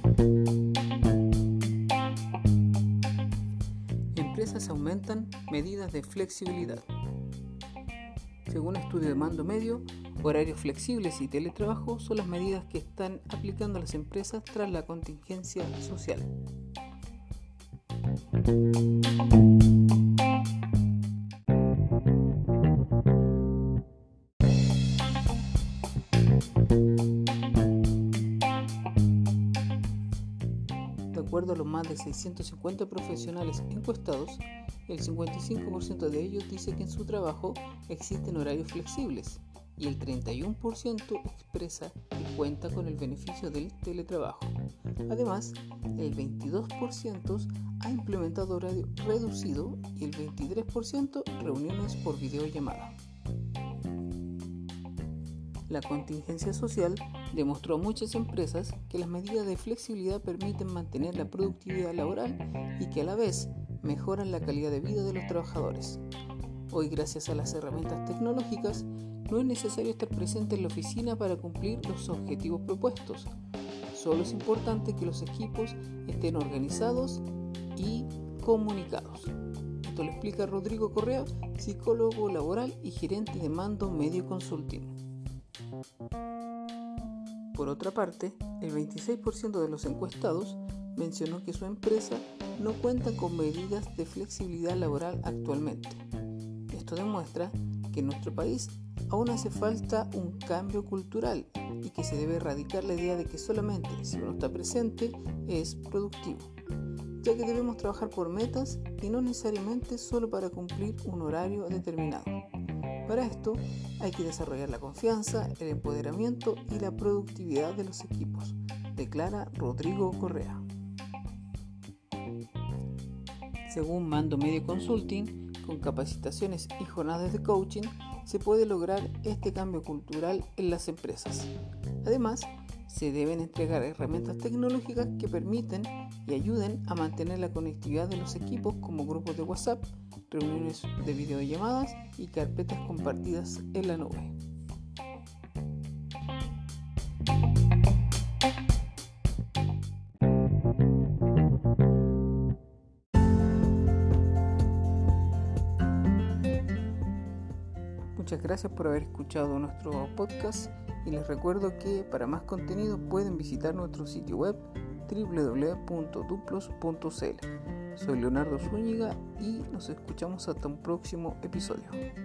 Empresas aumentan medidas de flexibilidad. Según estudio de Mando Medio, horarios flexibles y teletrabajo son las medidas que están aplicando las empresas tras la contingencia social. De acuerdo a los más de 650 profesionales encuestados, el 55% de ellos dice que en su trabajo existen horarios flexibles y el 31% expresa que cuenta con el beneficio del teletrabajo. Además, el 22% ha implementado horario reducido y el 23% reuniones por videollamada. La contingencia social demostró a muchas empresas que las medidas de flexibilidad permiten mantener la productividad laboral y que a la vez mejoran la calidad de vida de los trabajadores. Hoy, gracias a las herramientas tecnológicas, no es necesario estar presente en la oficina para cumplir los objetivos propuestos. Solo es importante que los equipos estén organizados y comunicados. Esto lo explica Rodrigo Correa, psicólogo laboral y gerente de Mando Medio Consulting. Por otra parte, el 26% de los encuestados mencionó que su empresa no cuenta con medidas de flexibilidad laboral actualmente. Esto demuestra que en nuestro país aún hace falta un cambio cultural y que se debe erradicar la idea de que solamente si uno está presente es productivo, ya que debemos trabajar por metas y no necesariamente solo para cumplir un horario determinado. Para esto hay que desarrollar la confianza, el empoderamiento y la productividad de los equipos, declara Rodrigo Correa. Según Mando Medio Consulting, con capacitaciones y jornadas de coaching se puede lograr este cambio cultural en las empresas. Además, se deben entregar herramientas tecnológicas que permiten y ayuden a mantener la conectividad de los equipos como grupos de WhatsApp, reuniones de videollamadas y carpetas compartidas en la nube. Muchas gracias por haber escuchado nuestro podcast y les recuerdo que para más contenido pueden visitar nuestro sitio web www.duplos.cl. Soy Leonardo Zúñiga y nos escuchamos hasta un próximo episodio.